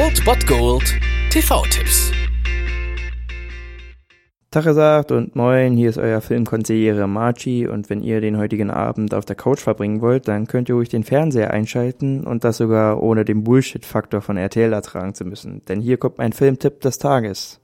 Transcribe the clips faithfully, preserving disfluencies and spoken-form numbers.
Old Bot Gold T V-Tipps. Tag gesagt und moin, hier ist euer Filmkonsigliere Marci und wenn ihr den heutigen Abend auf der Couch verbringen wollt, dann könnt ihr ruhig den Fernseher einschalten und das sogar ohne den Bullshit-Faktor von R T L ertragen zu müssen, denn hier kommt mein Filmtipp des Tages.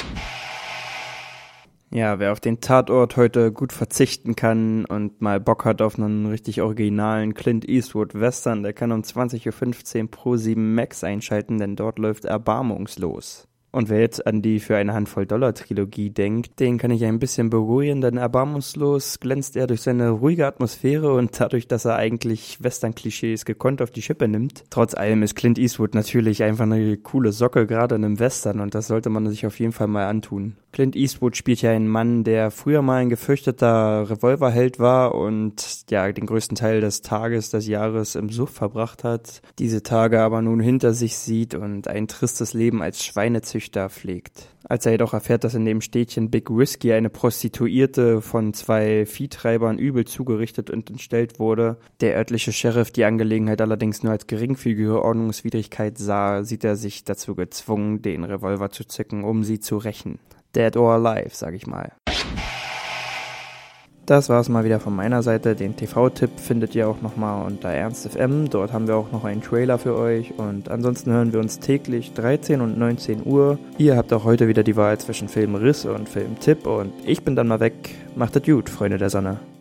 Ja, wer auf den Tatort heute gut verzichten kann und mal Bock hat auf einen richtig originalen Clint Eastwood Western, der kann um zwanzig Uhr fünfzehn Pro sieben Max einschalten, denn dort läuft Erbarmungslos. Und wer jetzt an die für eine Handvoll Dollar Trilogie denkt, den kann ich ein bisschen beruhigen, denn Erbarmungslos glänzt er durch seine ruhige Atmosphäre und dadurch, dass er eigentlich Western-Klischees gekonnt auf die Schippe nimmt. Trotz allem ist Clint Eastwood natürlich einfach eine coole Socke, gerade in einem Western, und das sollte man sich auf jeden Fall mal antun. Clint Eastwood spielt ja einen Mann, der früher mal ein gefürchteter Revolverheld war und ja den größten Teil des Tages, des Jahres im Suff verbracht hat, diese Tage aber nun hinter sich sieht und ein tristes Leben als Schweinezüchter pflegt. Als er jedoch erfährt, dass in dem Städtchen Big Whiskey eine Prostituierte von zwei Viehtreibern übel zugerichtet und entstellt wurde, der örtliche Sheriff die Angelegenheit allerdings nur als geringfügige Ordnungswidrigkeit sah, sieht er sich dazu gezwungen, den Revolver zu zücken, um sie zu rächen. Dead or alive, sag ich mal. Das war's mal wieder von meiner Seite. Den T V-Tipp findet ihr auch nochmal unter Ernst F M. Dort haben wir auch noch einen Trailer für euch. Und ansonsten hören wir uns täglich dreizehn und neunzehn Uhr. Ihr habt auch heute wieder die Wahl zwischen Filmriss und Filmtipp. Und ich bin dann mal weg. Macht es gut, Freunde der Sonne.